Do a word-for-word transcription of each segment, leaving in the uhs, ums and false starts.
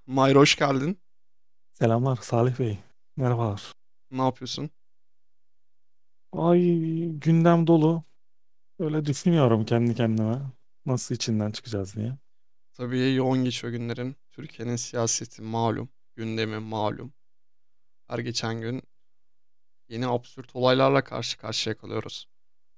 Mahir hoş geldin. Selamlar Salih Bey. Merhabalar. Ne yapıyorsun? Ay, gündem dolu. Öyle düşünüyorum kendi kendime. Nasıl içinden çıkacağız diye. Tabii yoğun geçiyor günlerin. Türkiye'nin siyaseti malum, gündemi malum. Her geçen gün yeni absürt olaylarla karşı karşıya kalıyoruz.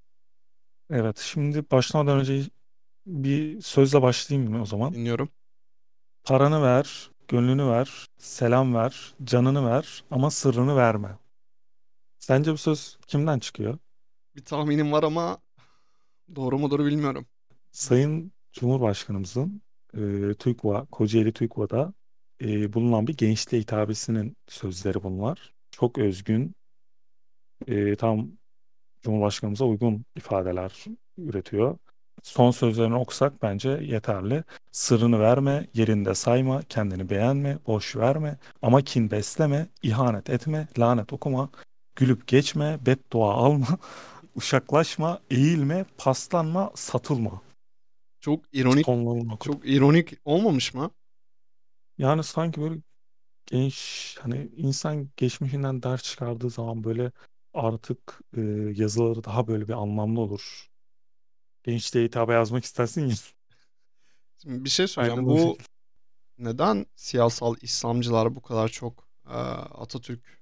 Evet, şimdi başlamadan önce bir sözle başlayayım mı o zaman? Dinliyorum. Paranı ver, gönlünü ver, selam ver, canını ver ama sırrını verme. Sence bu söz kimden çıkıyor? Bir tahminim var ama doğru mudur bilmiyorum. Sayın Cumhurbaşkanımızın e, TÜGVA, Kocaeli TÜGVA'da e, bulunan bir gençliğe hitabesinin sözleri bunlar. Çok özgün, e, tam Cumhurbaşkanımıza uygun ifadeler üretiyor. Son sözlerini okusak bence yeterli. Sırrını verme, yerinde sayma, kendini beğenme, boş verme, ama kin besleme, ihanet etme, lanet okuma, gülüp geçme, beddua alma, uşaklaşma, eğilme, paslanma, satılma. Çok ironik, Sonlarını okudum. çok ironik olmamış mı? Yani sanki böyle genç, hani insan geçmişinden ders çıkardığı zaman böyle artık e, yazıları daha böyle bir anlamlı olur. Gençliğe hitaba yazmak istersin ya. Şimdi bir şey Aynen söyleyeceğim. o Bu şekilde. neden siyasal İslamcılar bu kadar çok e, Atatürk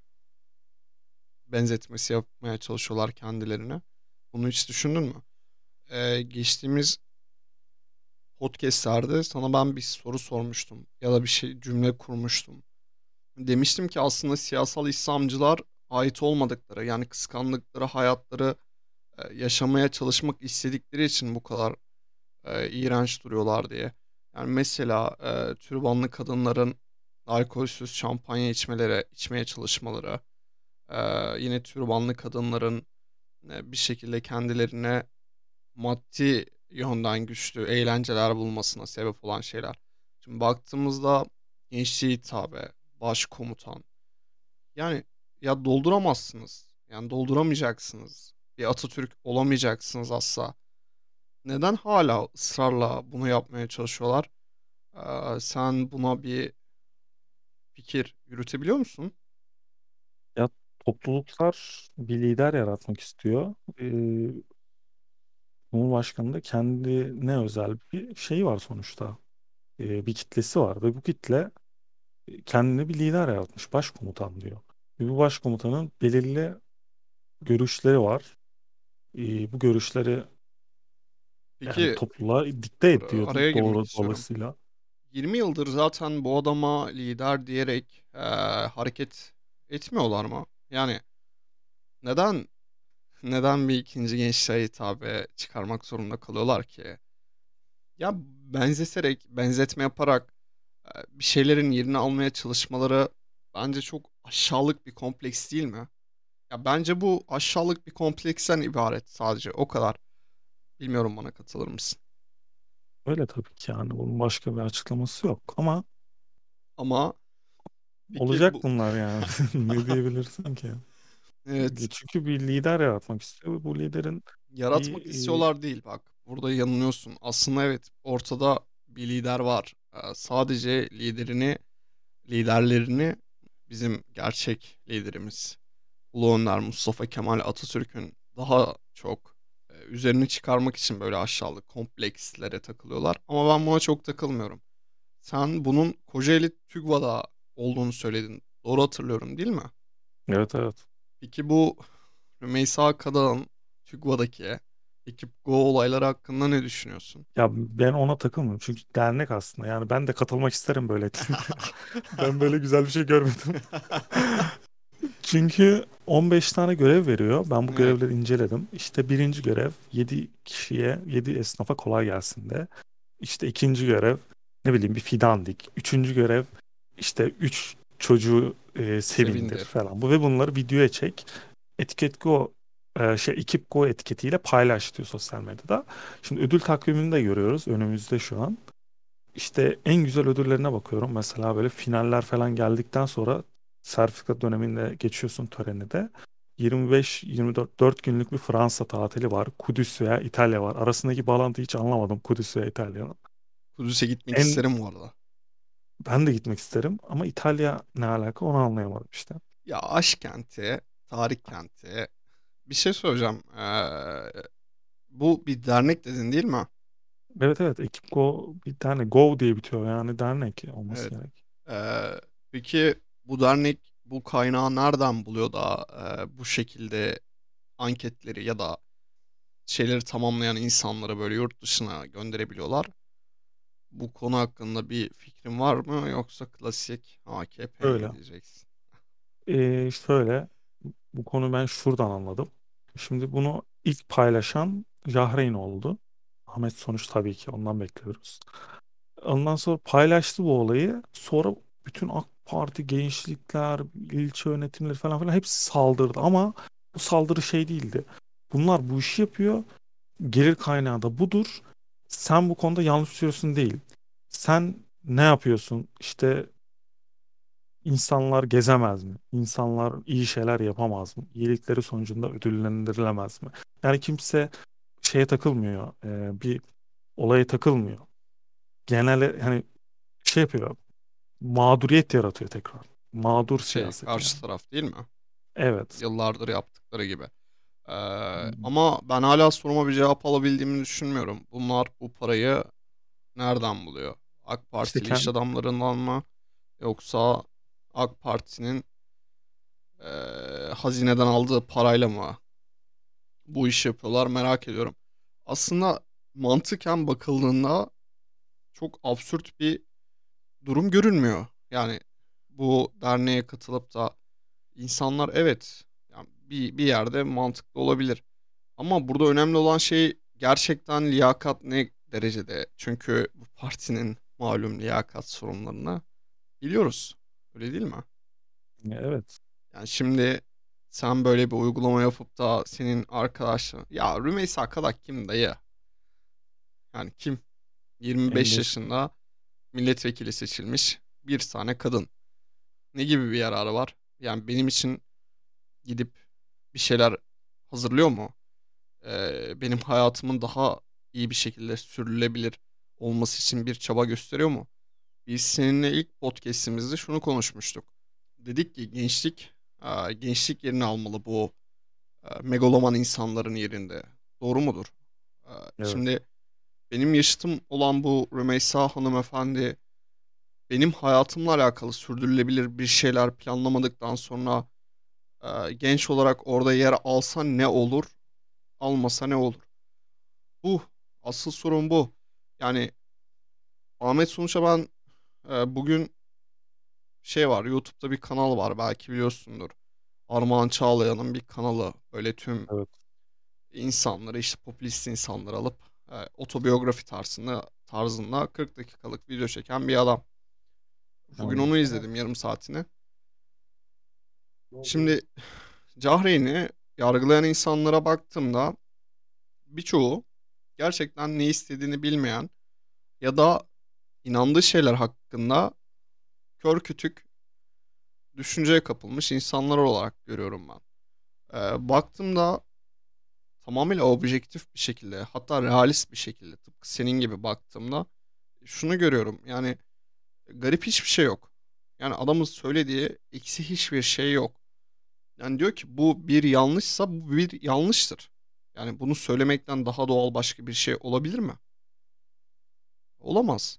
benzetmesi yapmaya çalışıyorlar kendilerine? Bunu hiç düşündün mü? E, geçtiğimiz podcastlerde sana ben bir soru sormuştum ya da bir şey cümle kurmuştum. Demiştim ki aslında siyasal İslamcılar ait olmadıkları yani kıskandıkları hayatları e, yaşamaya çalışmak istedikleri için bu kadar e, iğrenç duruyorlar diye. Yani mesela e, türbanlı kadınların alkolsüz şampanya içmelere, içmeye çalışmaları, e, yine türbanlı kadınların e, bir şekilde kendilerine maddi yönden güçlü eğlenceler bulmasına sebep olan şeyler. Şimdi baktığımızda gençliğe hitabe, başkomutan. Yani ya dolduramazsınız. Yani dolduramayacaksınız. Bir Atatürk olamayacaksınız asla. Neden hala ısrarla bunu yapmaya çalışıyorlar? Ee, sen buna bir fikir yürütebiliyor musun? Ya, topluluklar bir lider yaratmak istiyor. Ee, Cumhurbaşkanı da kendine özel bir şey var sonuçta. Ee, bir kitlesi var ve bu kitle kendine bir lider yaratmış. Başkomutan diyor. Ve bu başkomutanın belirli görüşleri var. Ee, bu görüşleri yani Peki topluluğa dikte ar- ediyor araya girmek doğru istiyorum. dolayısıyla. yirmi yıldır zaten bu adama lider diyerek e, hareket etmiyorlar mı? Yani neden neden bir ikinci gençliğe hitabe çıkarmak zorunda kalıyorlar ki? Ya benzeterek, benzetme yaparak e, bir şeylerin yerini almaya çalışmaları bence çok aşağılık bir kompleks değil mi? Ya bence bu aşağılık bir kompleksten ibaret sadece o kadar. Bilmiyorum bana katılır mısın? Öyle tabii ki, yani bunun başka bir açıklaması yok ama Ama peki olacak bu bunlar yani. Ne diyebilirsin ki? evet Çünkü bir lider yaratmak istiyor ve bu liderin yaratmak bir e, istiyorlar değil bak. Burada yanılıyorsun. Aslında evet ortada bir lider var. E, sadece liderini, liderlerini bizim gerçek liderimiz Ulu Önder Mustafa Kemal Atatürk'ün daha çok e, üzerini çıkarmak için böyle aşağılık komplekslere takılıyorlar. Ama ben buna çok takılmıyorum. Sen bunun Kocaeli TÜGVA'da olduğunu söyledin. Doğru hatırlıyorum değil mi? evet, evet. Peki bu Rümeysa Kada'nın TÜGVA'daki Ekip Go olayları hakkında ne düşünüyorsun? Ya, ben ona takılmıyorum çünkü dernek aslında, yani ben de katılmak isterim böyle etkinliklere. Ben böyle güzel bir şey görmedim. Çünkü on beş tane görev veriyor. Ben bu Evet. görevleri inceledim. İşte birinci görev yedi kişiye, yedi esnafa kolay gelsin de. İşte ikinci görev, ne bileyim, bir fidan dik. Üçüncü görev işte üç çocuğu e, sevindir Sevindir. falan. Bu ve bunları videoya çek. Etiket Go, e, şey Ekip Go etiketiyle paylaş diyor sosyal medyada. Şimdi ödül takvimini de görüyoruz önümüzde şu an. İşte en güzel ödüllerine bakıyorum. Mesela böyle finaller falan geldikten sonra sertifika döneminde geçiyorsun töreni de. yirmi beş yirmi dört dört günlük bir Fransa tatili var. Kudüs veya İtalya var. Arasındaki bağlantıyı hiç anlamadım, Kudüs veya İtalya'nın. Kudüs'e gitmek En isterim bu arada. Ben de gitmek isterim ama İtalya ne alaka onu anlayamadım işte. Ya aşk kenti, tarih kenti. Bir şey söyleyeceğim. Ee, bu bir dernek dedin değil mi? Evet, evet, ekip Go bir tane Go diye bitiyor yani dernek olması Evet. gerek. Ee, peki bu dernek bu kaynağı nereden buluyor da e, bu şekilde anketleri ya da şeyleri tamamlayan insanları böyle yurt dışına gönderebiliyorlar? Bu konu hakkında bir fikrin var mı yoksa klasik A K P mi Öyle. diyeceksin? Ee, şöyle bu konu ben şuradan anladım. Şimdi bunu ilk paylaşan Jahreyn oldu. Ahmet Sonuç tabii ki ondan bekliyoruz. Ondan sonra paylaştı bu olayı. Sonra bütün AK Parti gençlikler, ilçe yönetimleri falan filan hepsi saldırdı. Ama bu saldırı şey değildi. Bunlar bu işi yapıyor. Gelir kaynağı da budur. Sen bu konuda yanlış tutuyorsun değil. Sen ne yapıyorsun? İşte insanlar gezemez mi? İnsanlar iyi şeyler yapamaz mı? İyilikleri sonucunda ödüllendirilemez mi? Yani kimse şeye takılmıyor. e, bir olaya takılmıyor. Genel hani şey yapıyor. Mağduriyet yaratıyor tekrar. Mağdur Şey siyaset yani. karşı taraf değil mi? Evet. Yıllardır yaptıkları gibi. Ee, Hmm. ama ben hala soruma bir cevap alabildiğimi düşünmüyorum. Bunlar bu parayı nereden buluyor? AK İşte Partili iş kendi, adamlarından mı? Yoksa AK Parti'nin eee, hazineden aldığı parayla mı bu işi yapıyorlar merak ediyorum. Aslında mantıken bakıldığında çok absürt bir durum görünmüyor. Yani bu derneğe katılıp da insanlar evet yani bir, bir yerde mantıklı olabilir. Ama burada önemli olan şey gerçekten liyakat ne derecede? Çünkü bu partinin malum liyakat sorunlarını biliyoruz. Öyle değil mi? evet. Yani şimdi sen böyle bir uygulama yapıp da senin arkadaşın ya Rümeysa Kadak kim dayı? Yani kim? yirmi beş Engeç. yaşında milletvekili seçilmiş bir tane kadın. Ne gibi bir yararı var? Yani benim için gidip bir şeyler hazırlıyor mu? Ee, benim hayatımın daha iyi bir şekilde sürdürülebilir olması için bir çaba gösteriyor mu? Biz seninle ilk podcast'imizde şunu konuşmuştuk. Dedik ki gençlik, e, gençlik yerini almalı bu e, megaloman insanların yerinde. Doğru mudur? E, Evet. Şimdi benim yaşıtım olan bu Rümeysa hanımefendi benim hayatımla alakalı sürdürülebilir bir şeyler planlamadıktan sonra e, genç olarak orada yer alsa ne olur, almasa ne olur? Bu. Asıl sorun bu. Yani Ahmet Sonuç'a ben e, bugün şey var, YouTube'da bir kanal var belki biliyorsundur. Armağan Çağlayan'ın bir kanalı. Böyle tüm Evet. insanları işte popülist insanları alıp e, otobiyografi tarzında tarzında kırk dakikalık video çeken bir adam. Bugün Aynen. onu izledim yarım saatini. Şimdi Cahreyn'i yargılayan insanlara baktığımda birçoğu gerçekten ne istediğini bilmeyen ya da inandığı şeyler hakkında kör kütük düşünceye kapılmış insanlar olarak görüyorum ben. Ee, baktığımda tamamıyla objektif bir şekilde hatta realist bir şekilde tıpkı senin gibi baktığımda şunu görüyorum. Yani garip hiçbir şey yok. Yani adamın söylediği eksi hiçbir şey yok. Yani diyor ki bu bir yanlışsa bu bir yanlıştır. Yani bunu söylemekten daha doğal başka bir şey olabilir mi? Olamaz.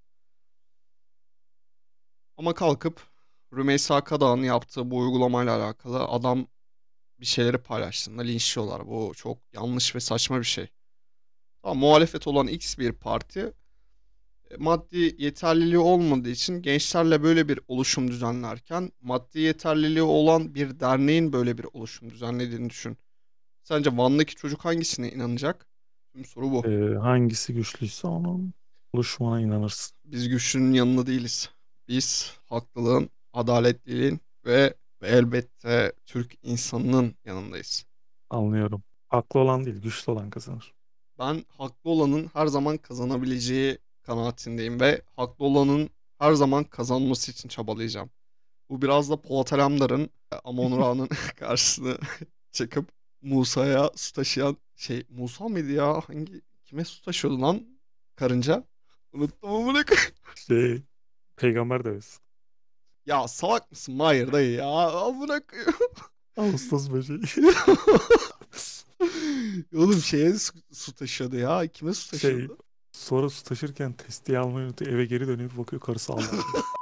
Ama kalkıp Rümeysa Kadağ'ın yaptığı bu uygulamayla alakalı adam bir şeyleri paylaştığında linçliyorlar. Bu çok yanlış ve saçma bir şey. Tamam, muhalefet olan X bir parti e, maddi yeterliliği olmadığı için gençlerle böyle bir oluşum düzenlerken maddi yeterliliği olan bir derneğin böyle bir oluşum düzenlediğini düşün. Sence Van'daki çocuk hangisine inanacak? Tüm soru bu. Ee, hangisi güçlüyse onun oluşumuna inanırsın. Biz güçlünün yanında değiliz. Biz haklılığın, adaletliliğin ve, ve elbette Türk insanının yanındayız. Anlıyorum. Haklı olan değil, güçlü olan kazanır. Ben haklı olanın her zaman kazanabileceği kanaatindeyim ve haklı olanın her zaman kazanması için çabalayacağım. Bu biraz da Polat Alemdar'ın Amon Ra'nın karşısına çıkıp Musa'ya su taşıyan şey Musa mıydı ya? Hangi kime su taşıyordu lan karınca? Unuttum amına koyayım. Şey, Peygamber devesi. Ya salak mısın Mahir dayı ya? Amına koyayım. Ağustos böceği. Oğlum şeye su, su taşıyordu ya. Kime su Şey taşıyordu? sonra su taşırken testiyi almayı unutuyor. Eve geri dönüyor, bakıyor karısı almış.